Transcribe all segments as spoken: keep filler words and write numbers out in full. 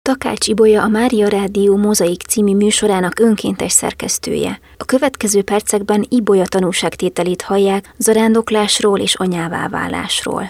Takács Ibolya a Mária Rádió Mozaik című műsorának önkéntes szerkesztője. A következő percekben Ibolya tanúságtételét hallják zarándoklásról és anyává válásról.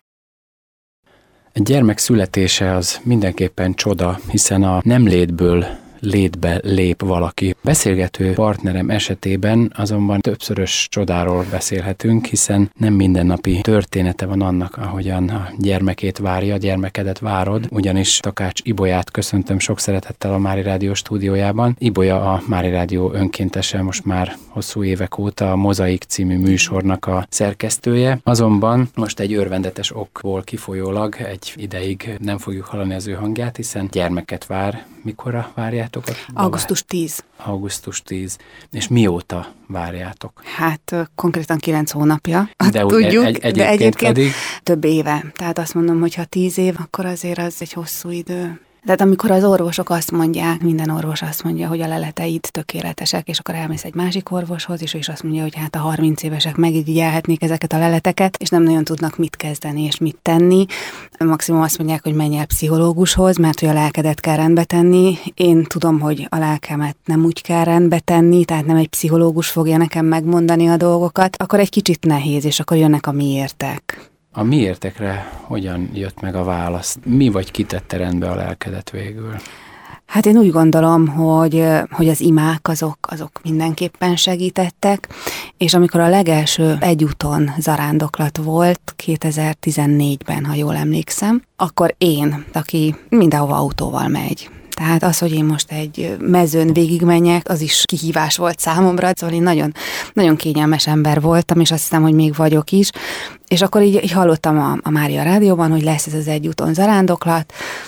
Egy gyermek születése az mindenképpen csoda, hiszen a nem létből létbe lép valaki. Beszélgető partnerem esetében azonban többszörös csodáról beszélhetünk, hiszen nem mindennapi története van annak, ahogyan a gyermekét várja, a gyermekedet várod, ugyanis Takács Ibolyát köszöntöm sok szeretettel a Mária Rádió stúdiójában. Ibolya a Mária Rádió önkéntese, most már hosszú évek óta a Mozaik című műsornak a szerkesztője. Azonban most egy örvendetes okból kifolyólag egy ideig nem fogjuk hallani az ő hangját, hiszen gyermeket vár. Mikorra várjátok? augusztus tíz. augusztus tíz. És mióta várjátok? Hát konkrétan kilenc hónapja. De tudjuk, egy, egyébként, de egyébként pedig... több éve. Tehát azt mondom, hogy ha tíz év, akkor azért az egy hosszú idő. Tehát amikor az orvosok azt mondják, minden orvos azt mondja, hogy a leleteid tökéletesek, és akkor elmész egy másik orvoshoz, és ő is azt mondja, hogy hát a harminc évesek megirigyelhetnék ezeket a leleteket, és nem nagyon tudnak mit kezdeni és mit tenni. Maximum azt mondják, hogy menj el pszichológushoz, mert hogy a lelkedet kell rendbe tenni. Én tudom, hogy a lelkemet nem úgy kell rendbe tenni, tehát nem egy pszichológus fogja nekem megmondani a dolgokat, akkor egy kicsit nehéz, és akkor jönnek a miértek. A miértekre hogyan jött meg a válasz? Mi vagy kitette rendbe a lelkedet végül? Hát én úgy gondolom, hogy, hogy az imák azok, azok mindenképpen segítettek, és amikor a legelső egyúton zarándoklat volt, kétezer-tizennégyben, ha jól emlékszem, akkor én, aki mindenhova autóval megy, tehát az, hogy én most egy mezőn végigmenjek, az is kihívás volt számomra, szóval én nagyon, nagyon kényelmes ember voltam, és azt hiszem, hogy még vagyok is. És akkor így, így hallottam a, a Mária Rádióban, hogy lesz ez az egyúton zarándoklat,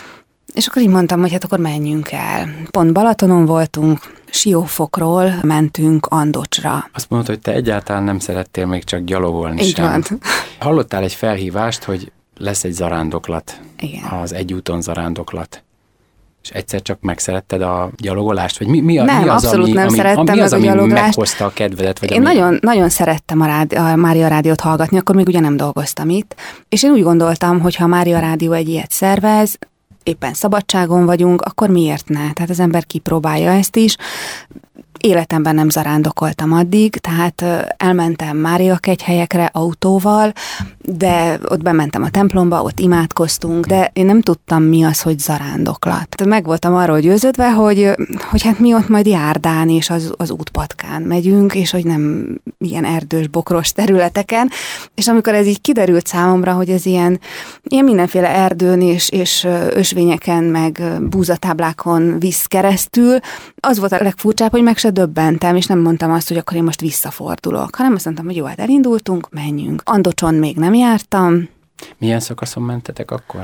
és akkor így mondtam, hogy hát akkor menjünk el. Pont Balatonon voltunk, Siófokról mentünk Andocsra. Azt mondod, hogy te egyáltalán nem szerettél még csak gyalogolni így sem. Van. Hallottál egy felhívást, hogy lesz egy zarándoklat, igen. Az egyúton zarándoklat. És egyszer csak megszeretted a gyalogolást? Vagy mi, mi, a, nem, mi az, abszolút ami, nem ami, szerettem mi az, ami meg a gyaloglást. meghozta a kedvedet? Vagy én ami... nagyon, nagyon szerettem a, rádi, a Mária Rádiót hallgatni, akkor még ugye nem dolgoztam itt. És én úgy gondoltam, hogy ha a Mária Rádió egy ilyet szervez, éppen szabadságon vagyunk, akkor miért ne? Tehát az ember kipróbálja ezt is. Életemben nem zarándokoltam addig, tehát elmentem Máriakegyhelyekre autóval, de ott bementem a templomba, ott imádkoztunk, de én nem tudtam, mi az, hogy zarándoklat. Meg voltam arról győződve, hogy, hogy hát mi ott majd járdán és az, az útpatkán megyünk, és hogy nem ilyen erdős, bokros területeken, és amikor ez így kiderült számomra, hogy ez ilyen, ilyen mindenféle erdőn és, és ösvényeken, meg búzatáblákon visz keresztül, az volt a legfurcsább, hogy meg se döbbentem, és nem mondtam azt, hogy akkor én most visszafordulok, hanem azt mondtam, hogy jó, hát elindultunk, menjünk. Andocson még nem jártam. Milyen szakaszon mentetek akkor?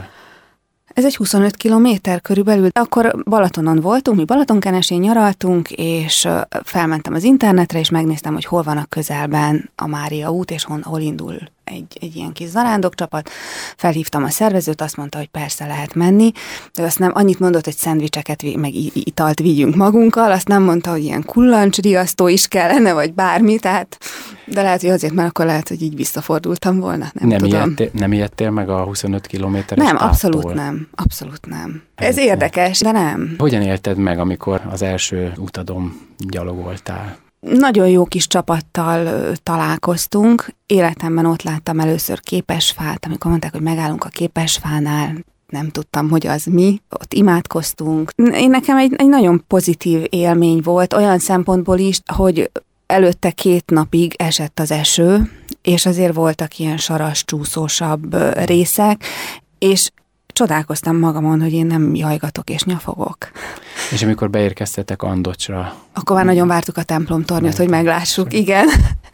Ez egy huszonöt kilométer körülbelül. Akkor Balatonon voltunk, mi Balatonkenesén nyaraltunk, és felmentem az internetre, és megnéztem, hogy hol van a közelben a Mária út, és hon, hol indul egy, egy ilyen kis zarándokcsapat. Felhívtam a szervezőt, azt mondta, hogy persze lehet menni, de azt nem, annyit mondott, hogy szendvicseket, meg italt vigyünk magunkkal, azt nem mondta, hogy ilyen kullancsriasztó is kellene, vagy bármi, tehát, de lehet, hogy azért, mert akkor lehet, hogy így visszafordultam volna, nem, nem tudom. Ijedtél, nem ijedtél meg a huszonöt kilométeres Nem, távtól? abszolút nem, abszolút nem. Ez érdekes, de nem. Hogyan élted meg, amikor az első utadon gyalogoltál? Nagyon jó kis csapattal találkoztunk. Életemben ott láttam először Képesfát, amikor mondták, hogy megállunk a Képesfánál. Nem tudtam, hogy az mi. Ott imádkoztunk. Én nekem egy, egy nagyon pozitív élmény volt, olyan szempontból is, hogy előtte két napig esett az eső, és azért voltak ilyen saras, csúszósabb részek, és csodálkoztam magamon, hogy én nem jajgatok és nyafogok. És amikor beérkeztetek Andocsra? Akkor már nagyon vártuk a templomtornyot, hogy meglássuk, igen.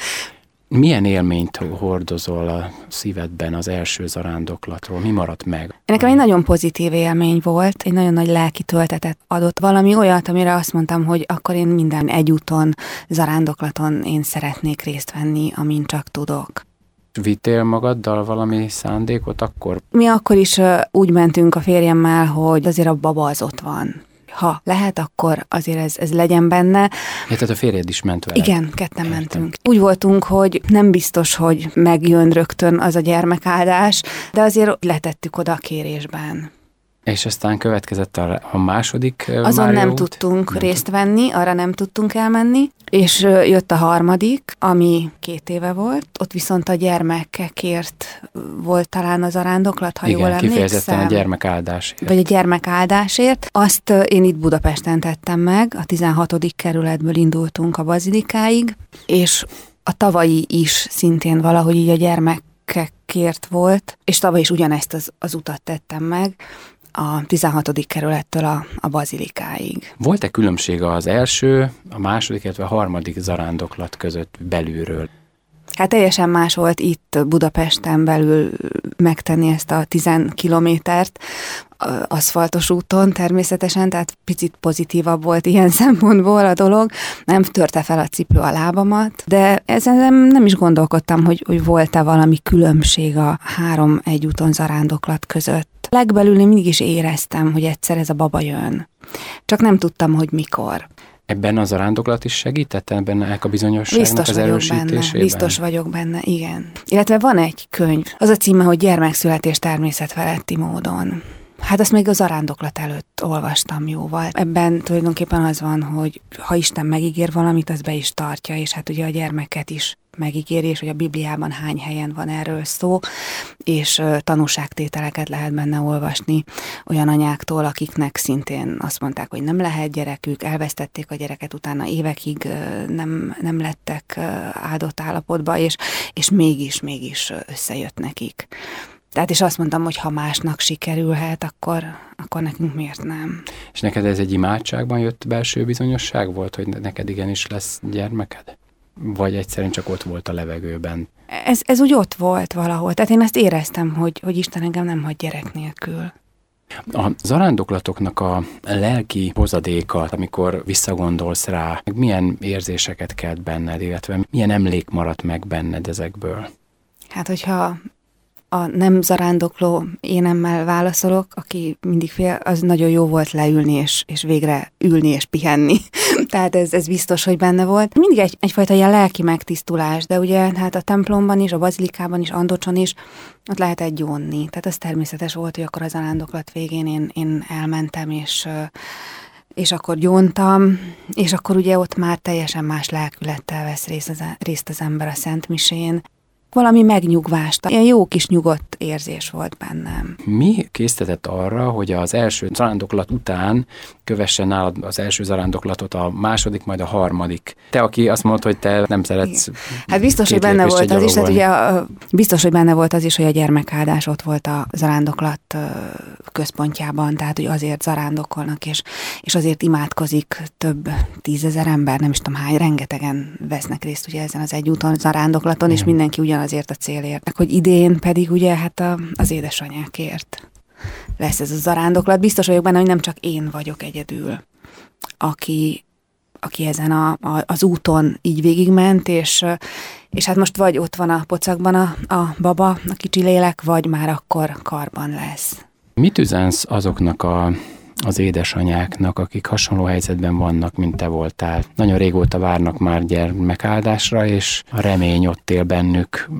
Milyen élményt hordozol a szívedben az első zarándoklatról? Mi maradt meg? Nekem egy nagyon pozitív élmény volt, egy nagyon nagy lelki töltetet adott, valami olyat, amire azt mondtam, hogy akkor én minden egyúton, zarándoklaton én szeretnék részt venni, amint csak tudok. Vittél magaddal valami szándékot akkor? Mi akkor is uh, úgy mentünk a férjemmel, hogy azért a baba az ott van. Ha lehet, akkor azért ez, ez legyen benne. Ja, tehát a férjed is ment vele? Igen, ketten Értem. mentünk. Úgy voltunk, hogy nem biztos, hogy megjön rögtön az a gyermekáldás, de azért letettük oda a kérésben. És aztán következett a, a második Azon Mária nem út. tudtunk nem részt venni, arra nem tudtunk elmenni, és jött a harmadik, ami két éve volt, ott viszont a gyermekekért volt talán az arándoklat, ha Igen, jól emlékszem. kifejezetten a gyermekáldásért. Vagy a gyermekáldásért. Azt én itt Budapesten tettem meg, a tizenhatodik kerületből indultunk a bazilikáig, és a tavalyi is szintén valahogy így a gyermekekért volt, és tavaly is ugyanezt az, az utat tettem meg, a tizenhatodik kerülettől a, a bazilikáig. Volt-e különbség az első, a második, illetve a harmadik zarándoklat között belülről? Hát teljesen más volt itt Budapesten belül megtenni ezt a tíz kilométert aszfaltos úton természetesen, tehát picit pozitívabb volt ilyen szempontból a dolog. Nem törte fel a cipő a lábamat, de ezen nem, nem is gondolkodtam, hogy, hogy volt-e valami különbség a három egyúton zarándoklat között. Legbelül én mindig is éreztem, hogy egyszer ez a baba jön. Csak nem tudtam, hogy mikor. Ebben a zarándoklat is segített ebben a bizonyosságnak biztos az erősítésében? Benne, biztos vagyok benne, igen. Illetve van egy könyv, az a címe, hogy Gyermekszületés természetfeletti módon. Hát azt még a zarándoklat előtt olvastam jóval. Ebben tulajdonképpen az van, hogy ha Isten megígér valamit, az be is tartja, és hát ugye a gyermeket is megígéri, és hogy a Bibliában hány helyen van erről szó, és tanúságtételeket lehet benne olvasni olyan anyáktól, akiknek szintén azt mondták, hogy nem lehet gyerekük, elvesztették a gyereket, utána évekig nem, nem lettek áldott állapotba, és, és mégis, mégis összejött nekik. Tehát és azt mondtam, hogy ha másnak sikerülhet, akkor, akkor nekünk miért nem? És neked ez egy imádságban jött belső bizonyosság volt, hogy neked igenis lesz gyermeked? Vagy egyszerűen csak ott volt a levegőben? Ez, ez úgy ott volt valahol. Tehát én ezt éreztem, hogy, hogy Isten engem nem hagy gyerek nélkül. A zarándoklatoknak a lelki hozadéka, amikor visszagondolsz rá, milyen érzéseket kelt benned, illetve milyen emlék maradt meg benned ezekből? Hát, hogyha a nem zarándokló énemmel válaszolok, aki mindig fél, az nagyon jó volt leülni, és, és végre ülni és pihenni. Tehát ez, ez biztos, hogy benne volt. Mindig egy, egyfajta ilyen lelki megtisztulás, de ugye hát a templomban is, a bazilikában is, Andocson is, ott lehetett gyónni. Tehát az természetes volt, hogy akkor a zarándoklat végén én, én elmentem, és és akkor gyóntam, és akkor ugye ott már teljesen más lelkülettel vesz részt az, részt az ember a Szentmisén. Valami megnyugvást, ilyen jó kis nyugodt érzés volt bennem. Mi késztetett arra, hogy az első zarándoklat után kövessen nálad az első zarándoklatot, a második, majd a harmadik? Te, aki azt mondod, hogy te nem szeretsz. Igen. Hát biztos, hogy benne volt az is, tehát ugye biztos, hogy benne volt az is, hogy a gyermekáldás ott volt a zarándoklat központjában, tehát hogy azért zarándokolnak, és, és azért imádkozik több tízezer ember, nem is tudom hány, rengetegen vesznek részt ugye ezen az egyúton zarándoklaton, és mindenki ugyanazért a célért. Hogy idén pedig ugye hát a, az édesanyákért lesz ez a zarándoklat. Biztos vagyok benne, hogy nem csak én vagyok egyedül, aki, aki ezen a, a, az úton így végigment, és, és hát most vagy ott van a pocakban a, a baba, a kicsi lélek, vagy már akkor karban lesz. Mit üzensz azoknak a, az édesanyáknak, akik hasonló helyzetben vannak, mint te voltál? Nagyon régóta várnak már gyermekáldásra, és a remény ott él bennük.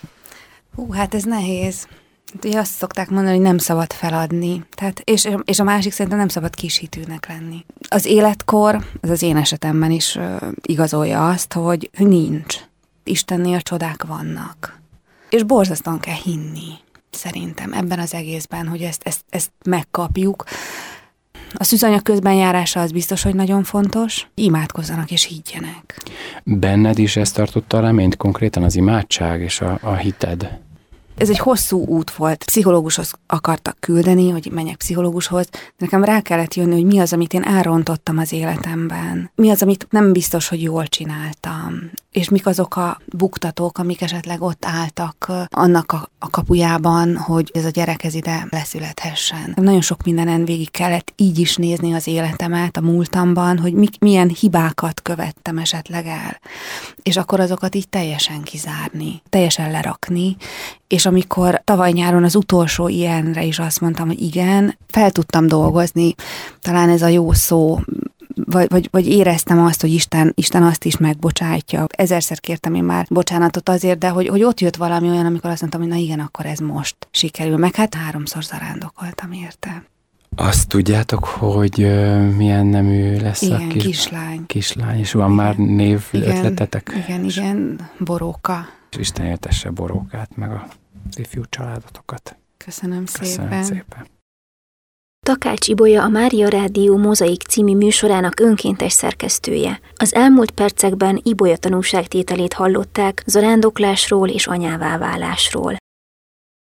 Hú, hát ez nehéz. Ugye azt szokták mondani, hogy nem szabad feladni. Tehát, és, és a másik szerintem nem szabad kishitűnek lenni. Az életkor, az az én esetemben is uh, igazolja azt, hogy nincs. Istennél csodák vannak. És borzasztóan kell hinni, szerintem, ebben az egészben, hogy ezt, ezt, ezt megkapjuk. A szűzanyag közbenjárása az biztos, hogy nagyon fontos. Imádkozzanak és higgyenek. Benned is ezt tartotta a reményt, konkrétan az imádság és a, a hited? Ez egy hosszú út volt. Pszichológushoz akartak küldeni, hogy menjek pszichológushoz. De nekem rá kellett jönni, hogy mi az, amit én elrontottam az életemben. Mi az, amit nem biztos, hogy jól csináltam. És mik azok a buktatók, amik esetleg ott álltak annak a, a kapujában, hogy ez a gyerek ez ide leszülethessen. Nagyon sok mindenen végig kellett így is nézni az életemet a múltamban, hogy mi, milyen hibákat követtem esetleg el. És akkor azokat így teljesen kizárni, teljesen lerakni, és amikor tavaly nyáron az utolsó ilyenre is azt mondtam, hogy igen, fel tudtam dolgozni, talán ez a jó szó, vagy, vagy, vagy éreztem azt, hogy Isten, Isten azt is megbocsátja. Ezerszer kértem én már bocsánatot azért, de hogy, hogy ott jött valami olyan, amikor azt mondtam, hogy na igen, akkor ez most sikerül. Meg hát háromszor zarándokoltam érte. Azt tudjátok, hogy uh, milyen nemű lesz igen, a kis, kislány. kislány, és van igen. már név igen, ötletetek? Igen, igen, Boróka. Isten éltesse Borókát, meg a ifjú családotokat. Köszönöm, Köszönöm szépen. szépen. Takács Ibolya a Mária Rádió Mozaik című műsorának önkéntes szerkesztője. Az elmúlt percekben Ibolya tanúságtételét hallották zarándoklásról és anyává válásról.